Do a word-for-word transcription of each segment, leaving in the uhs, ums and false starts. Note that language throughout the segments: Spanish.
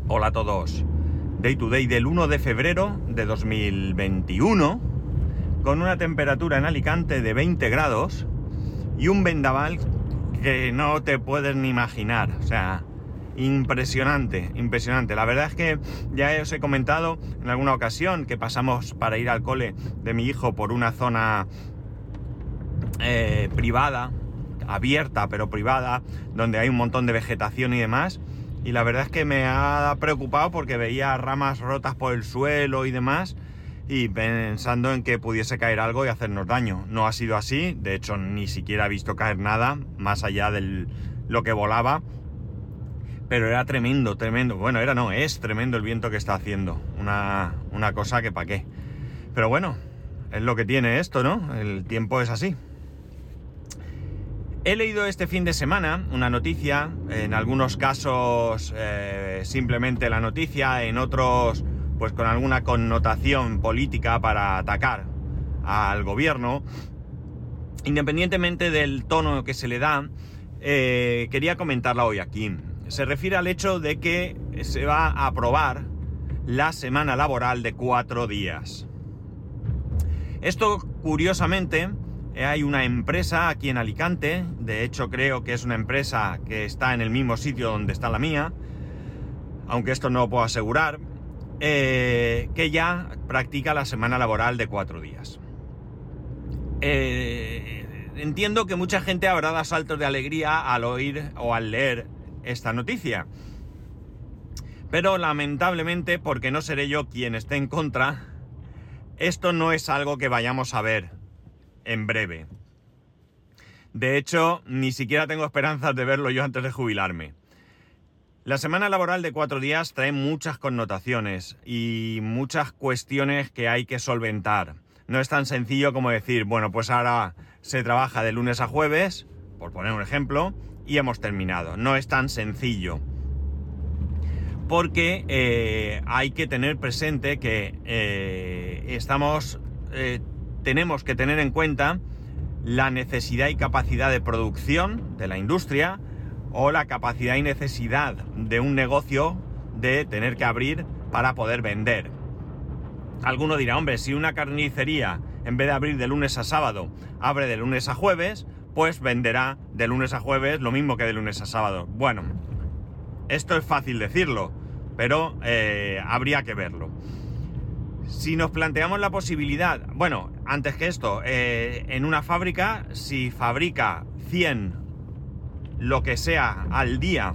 Hola a todos. Day to day del uno de febrero de dos mil veintiuno, con una temperatura en Alicante de veinte grados y un vendaval que no te puedes ni imaginar. O sea, impresionante, impresionante. La verdad es que ya os he comentado en alguna ocasión que pasamos para ir al cole de mi hijo por una zona eh, privada, abierta pero privada, donde hay un montón de vegetación y demás. Y la verdad es que me ha preocupado porque veía ramas rotas por el suelo y demás, y pensando en que pudiese caer algo y hacernos daño. No ha sido así, de hecho ni siquiera he visto caer nada, más allá de lo que volaba. Pero era tremendo, tremendo. Bueno, era no, es tremendo el viento que está haciendo. Una, una cosa que pa' qué. Pero bueno, es lo que tiene esto, ¿no? El tiempo es así. He leído este fin de semana una noticia, en algunos casos eh, simplemente la noticia, en otros pues con alguna connotación política para atacar al gobierno. Independientemente del tono que se le da, eh, quería comentarla hoy aquí. Se refiere al hecho de que se va a aprobar la semana laboral de cuatro días. Esto, curiosamente, hay una empresa aquí en Alicante, de hecho creo que es una empresa que está en el mismo sitio donde está la mía, aunque esto no lo puedo asegurar, eh, que ya practica la semana laboral de cuatro días. Eh, entiendo que mucha gente habrá dado saltos de alegría al oír o al leer esta noticia, pero lamentablemente, porque no seré yo quien esté en contra, esto no es algo que vayamos a ver en breve. De hecho, ni siquiera tengo esperanzas de verlo yo antes de jubilarme. La semana laboral de cuatro días trae muchas connotaciones y muchas cuestiones que hay que solventar. No es tan sencillo como decir, bueno, pues ahora se trabaja de lunes a jueves, por poner un ejemplo, y hemos terminado. No es tan sencillo. Porque eh, hay que tener presente que eh, estamos... Eh, tenemos que tener en cuenta la necesidad y capacidad de producción de la industria, o la capacidad y necesidad de un negocio de tener que abrir para poder vender. Alguno dirá, hombre, si una carnicería en vez de abrir de lunes a sábado abre de lunes a jueves, pues venderá de lunes a jueves lo mismo que de lunes a sábado. Bueno, esto es fácil decirlo, pero eh, habría que verlo. Si nos planteamos la posibilidad, bueno, antes que esto, eh, en una fábrica, si fabrica cien, lo que sea, al día,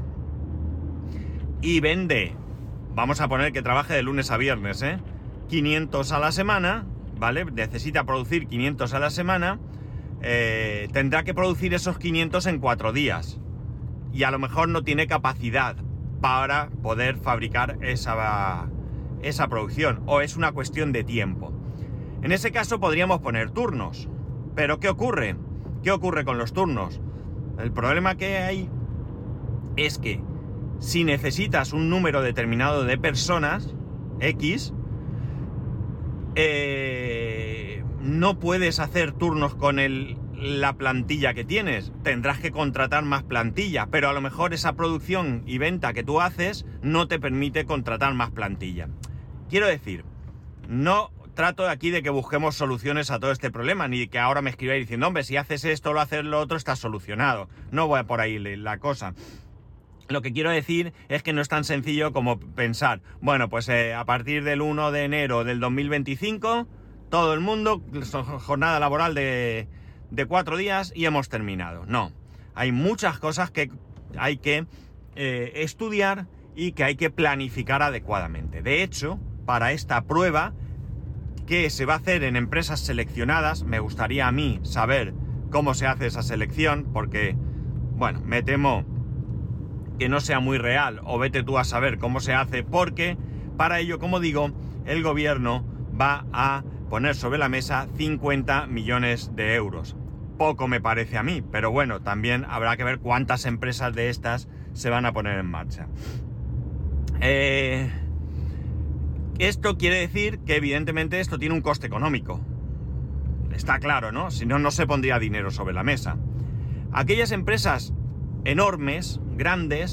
y vende, vamos a poner que trabaje de lunes a viernes, ¿eh? quinientos a la semana, ¿vale? Necesita producir quinientos a la semana, eh, tendrá que producir esos quinientos en cuatro días. Y a lo mejor no tiene capacidad para poder fabricar esa... esa producción, o es una cuestión de tiempo. En ese caso podríamos poner turnos. Pero ¿qué ocurre? ¿Qué ocurre con los turnos? El problema que hay es que si necesitas un número determinado de personas, X, eh, no puedes hacer turnos con el, la plantilla que tienes. Tendrás que contratar más plantilla, pero a lo mejor esa producción y venta que tú haces no te permite contratar más plantilla. Quiero decir, no trato aquí de que busquemos soluciones a todo este problema, ni que ahora me escribáis diciendo, hombre, si haces esto o lo haces lo otro, está solucionado. No voy por ahí la cosa. Lo que quiero decir es que no es tan sencillo como pensar, bueno, pues eh, a partir del uno de enero del dos mil veinticinco, todo el mundo, jornada laboral de, de cuatro días y hemos terminado. No, hay muchas cosas que hay que eh, estudiar y que hay que planificar adecuadamente. De hecho, para esta prueba que se va a hacer en empresas seleccionadas, me gustaría a mí saber cómo se hace esa selección, porque, bueno, me temo que no sea muy real, o vete tú a saber cómo se hace, porque para ello, como digo, el gobierno va a poner sobre la mesa cincuenta millones de euros. Poco me parece a mí, pero bueno, también habrá que ver cuántas empresas de estas se van a poner en marcha. Eh... Esto quiere decir que evidentemente esto tiene un coste económico. Está claro, ¿no? Si no, no se pondría dinero sobre la mesa. Aquellas empresas enormes, grandes,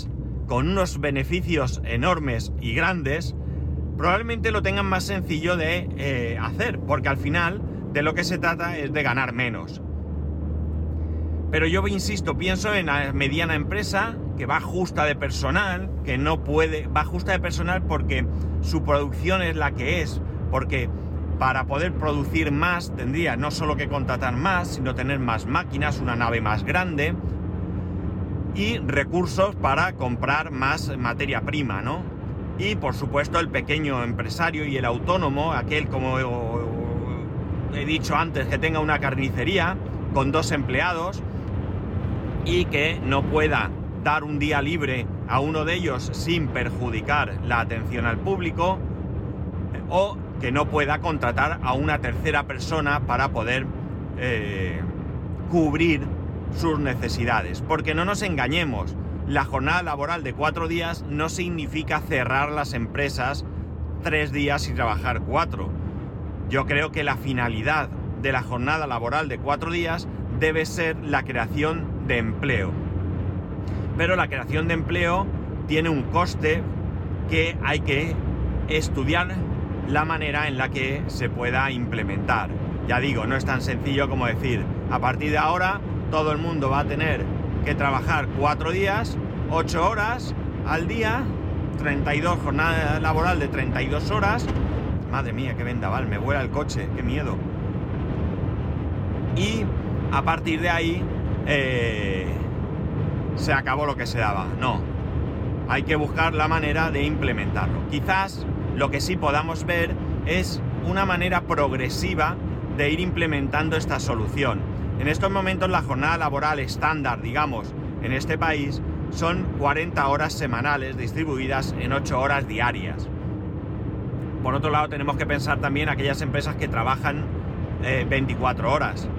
con unos beneficios enormes y grandes, probablemente lo tengan más sencillo de eh, hacer, porque al final de lo que se trata es de ganar menos. Pero yo insisto, pienso en la mediana empresa que va justa de personal, que no puede, va justa de personal porque su producción es la que es, porque para poder producir más tendría no solo que contratar más, sino tener más máquinas, una nave más grande y recursos para comprar más materia prima, ¿no? Y por supuesto el pequeño empresario y el autónomo, aquel, como he dicho antes, que tenga una carnicería con dos empleados y que no pueda dar un día libre a uno de ellos sin perjudicar la atención al público, o que no pueda contratar a una tercera persona para poder eh, cubrir sus necesidades. Porque no nos engañemos, la jornada laboral de cuatro días no significa cerrar las empresas tres días y trabajar cuatro. Yo creo que la finalidad de la jornada laboral de cuatro días debe ser la creación de empleo. Pero la creación de empleo tiene un coste que hay que estudiar la manera en la que se pueda implementar. Ya digo, no es tan sencillo como decir, a partir de ahora todo el mundo va a tener que trabajar cuatro días, ocho horas al día, treinta y dos, jornada laboral de treinta y dos horas. Madre mía, qué vendaval, me vuela el coche, qué miedo. Y a partir de ahí eh, se acabó lo que se daba. No, hay que buscar la manera de implementarlo. Quizás lo que sí podamos ver es una manera progresiva de ir implementando esta solución. En estos momentos la jornada laboral estándar, digamos, en este país son cuarenta horas semanales distribuidas en ocho horas diarias. Por otro lado, tenemos que pensar también aquellas empresas que trabajan eh, veinticuatro horas.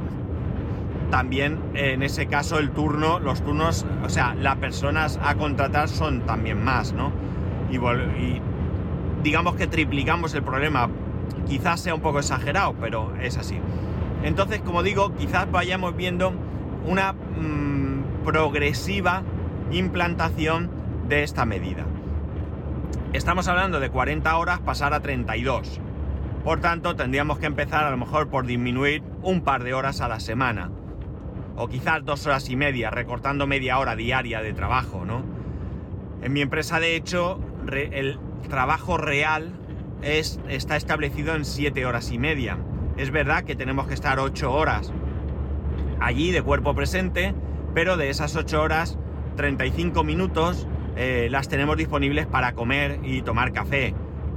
También eh, en ese caso el turno, los turnos, o sea, las personas a contratar son también más, ¿no? Y, y digamos que triplicamos el problema. Quizás sea un poco exagerado, pero es así. Entonces, como digo, quizás vayamos viendo una mmm, progresiva implantación de esta medida. Estamos hablando de cuarenta horas pasar a treinta y dos. Por tanto, tendríamos que empezar a lo mejor por disminuir un par de horas a la semana. O quizás dos horas y media, recortando media hora diaria de trabajo, ¿no? En mi empresa, de hecho, re, el trabajo real es, está establecido en siete horas y media. Es verdad que tenemos que estar ocho horas allí de cuerpo presente, pero de esas ocho horas, treinta y cinco minutos eh, las tenemos disponibles para comer y tomar café.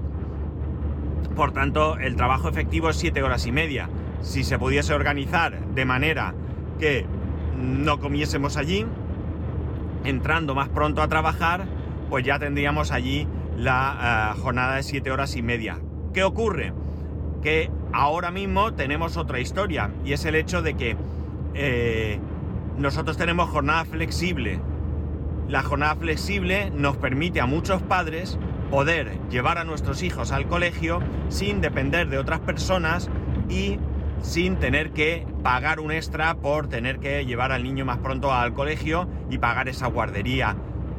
Por tanto, el trabajo efectivo es siete horas y media. Si se pudiese organizar de manera que no comiésemos allí, entrando más pronto a trabajar, pues ya tendríamos allí la uh, jornada de siete horas y media. ¿Qué ocurre? Que ahora mismo tenemos otra historia, y es el hecho de que eh, nosotros tenemos jornada flexible. La jornada flexible nos permite a muchos padres poder llevar a nuestros hijos al colegio sin depender de otras personas y sin tener que pagar un extra por tener que llevar al niño más pronto al colegio y pagar esa guardería.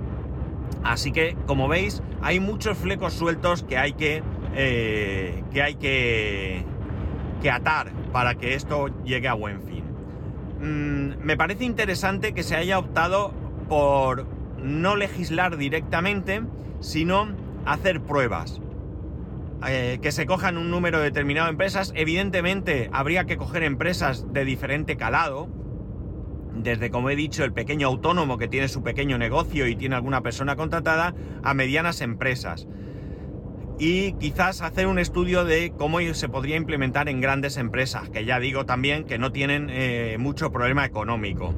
Así que, como veis, hay muchos flecos sueltos que hay que, eh, que, hay que, que atar para que esto llegue a buen fin. Mm, me parece interesante que se haya optado por no legislar directamente, sino hacer pruebas. Eh, que se cojan un número determinado de empresas. Evidentemente habría que coger empresas de diferente calado, desde, como he dicho, el pequeño autónomo que tiene su pequeño negocio y tiene alguna persona contratada, a medianas empresas. Y quizás hacer un estudio de cómo se podría implementar en grandes empresas, que ya digo también que no tienen eh, mucho problema económico.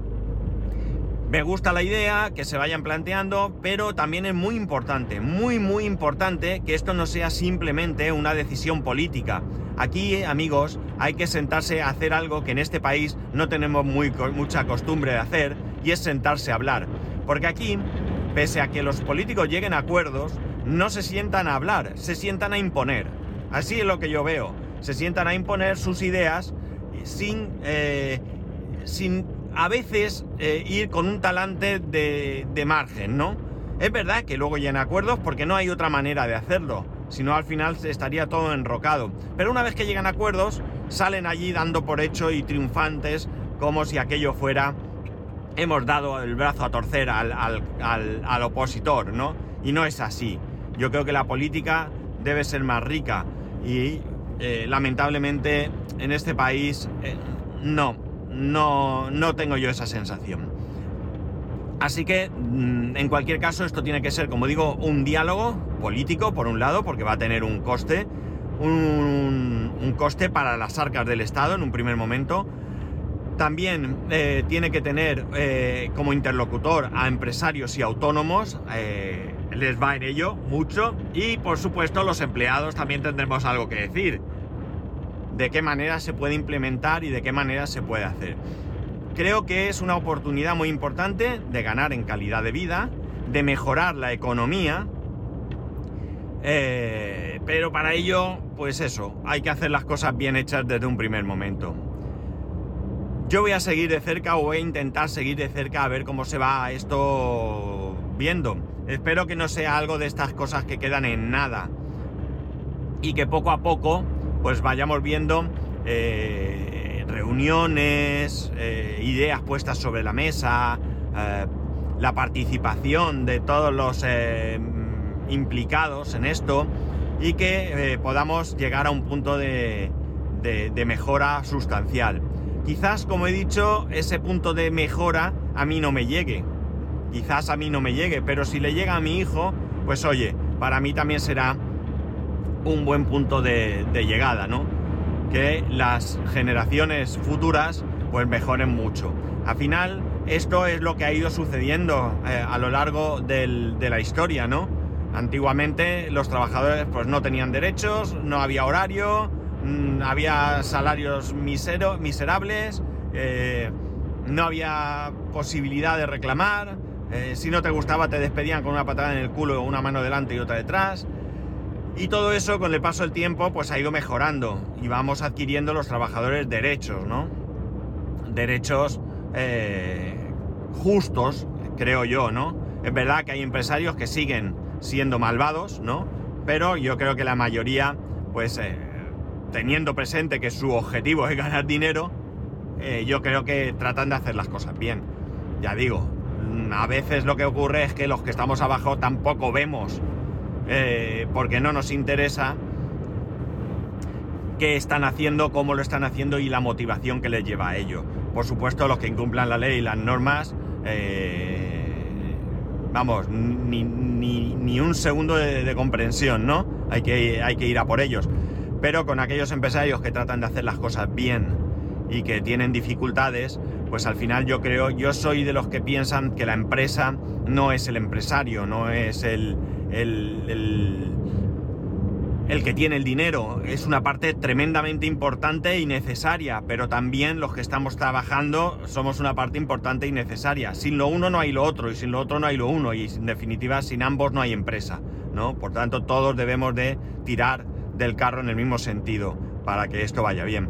Me gusta la idea, que se vayan planteando, pero también es muy importante, muy muy importante que esto no sea simplemente una decisión política. Aquí, amigos, hay que sentarse a hacer algo que en este país no tenemos muy, mucha costumbre de hacer, y es sentarse a hablar. Porque aquí, pese a que los políticos lleguen a acuerdos, no se sientan a hablar, se sientan a imponer. Así es lo que yo veo. Se sientan a imponer sus ideas sin... Eh, sin a veces eh, ir con un talante de, de margen, ¿no? Es verdad que luego llegan acuerdos porque no hay otra manera de hacerlo, si no al final estaría todo enrocado. Pero una vez que llegan acuerdos, salen allí dando por hecho y triunfantes, como si aquello fuera, hemos dado el brazo a torcer al, al, al, al opositor, ¿no? Y no es así. Yo creo que la política debe ser más rica y eh, lamentablemente en este país eh, no, no, no tengo yo esa sensación. Así que, en cualquier caso, esto tiene que ser, como digo, un diálogo político, por un lado, porque va a tener un coste, un, un coste para las arcas del Estado en un primer momento. También eh, tiene que tener eh, como interlocutor a empresarios y autónomos, eh, les va en ello mucho, y por supuesto los empleados también tendremos algo que decir. De qué manera se puede implementar y de qué manera se puede hacer. Creo que es una oportunidad muy importante de ganar en calidad de vida, de mejorar la economía, eh, pero para ello, pues eso, hay que hacer las cosas bien hechas desde un primer momento. Yo voy a seguir de cerca o voy a intentar seguir de cerca a ver cómo se va esto viendo. Espero que no sea algo de estas cosas que quedan en nada y que poco a poco pues vayamos viendo eh, reuniones, eh, ideas puestas sobre la mesa, eh, la participación de todos los eh, implicados en esto y que eh, podamos llegar a un punto de, de, de mejora sustancial. Quizás, como he dicho, ese punto de mejora a mí no me llegue. Quizás a mí no me llegue, pero si le llega a mi hijo, pues oye, para mí también será un buen punto de, de llegada, ¿no? Que las generaciones futuras pues mejoren mucho. Al final, esto es lo que ha ido sucediendo eh, a lo largo del, de la historia, ¿no? Antiguamente los trabajadores pues no tenían derechos, no había horario, mmm, había salarios misero, miserables, eh, no había posibilidad de reclamar, eh, si no te gustaba te despedían con una patada en el culo, una mano delante y otra detrás. Y todo eso con el paso del tiempo pues ha ido mejorando y vamos adquiriendo los trabajadores derechos, ¿no? Derechos eh, justos, creo yo, ¿no? Es verdad que hay empresarios que siguen siendo malvados, ¿no? Pero yo creo que la mayoría, pues eh, teniendo presente que su objetivo es ganar dinero, eh, yo creo que tratan de hacer las cosas bien. Ya digo, a veces lo que ocurre es que los que estamos abajo tampoco vemos, eh, porque no nos interesa qué están haciendo, cómo lo están haciendo y la motivación que les lleva a ello. Por supuesto, los que incumplan la ley y las normas, eh, vamos, ni, ni, ni un segundo de, de comprensión, ¿no? Hay que, hay que ir a por ellos. Pero con aquellos empresarios que tratan de hacer las cosas bien y que tienen dificultades, pues al final yo creo, yo soy de los que piensan que la empresa no es el empresario, no es el, el, el, el que tiene el dinero, es una parte tremendamente importante y necesaria, pero también los que estamos trabajando somos una parte importante y necesaria. Sin lo uno no hay lo otro, y sin lo otro no hay lo uno, y en definitiva sin ambos no hay empresa, ¿no? Por tanto, todos debemos de tirar del carro en el mismo sentido para que esto vaya bien.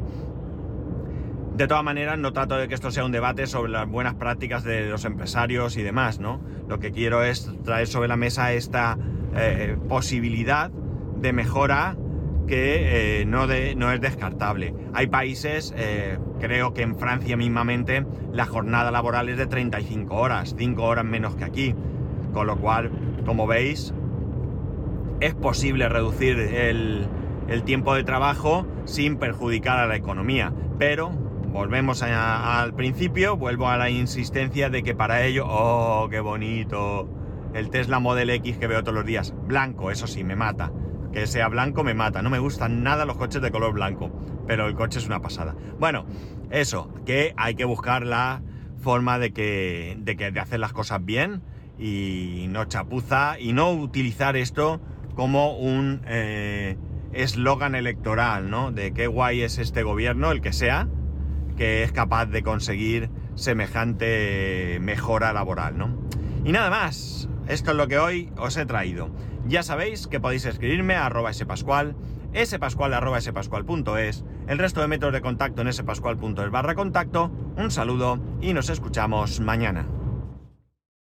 De todas maneras, no trato de que esto sea un debate sobre las buenas prácticas de los empresarios y demás, ¿no? Lo que quiero es traer sobre la mesa esta eh, posibilidad de mejora que eh, no, de, no es descartable. Hay países, eh, creo que en Francia mismamente, la jornada laboral es de treinta y cinco horas, cinco horas menos que aquí. Con lo cual, como veis, es posible reducir el, el tiempo de trabajo sin perjudicar a la economía, pero volvemos a, al principio, vuelvo a la insistencia de que para ello, ¡oh, qué bonito! El Tesla Model X que veo todos los días, blanco, eso sí, me mata. Que sea blanco me mata, no me gustan nada los coches de color blanco, pero el coche es una pasada. Bueno, eso, que hay que buscar la forma de que, de, que, de hacer las cosas bien y no chapuza y no utilizar esto como un eslogan eh, electoral, ¿no? De qué guay es este gobierno, el que sea, que es capaz de conseguir semejante mejora laboral, ¿no? Y nada más, esto es lo que hoy os he traído. Ya sabéis que podéis escribirme a arroba spascual, spascual arroba spascual punto es, el resto de métodos de contacto en spascual punto es barra contacto. Un saludo y nos escuchamos mañana.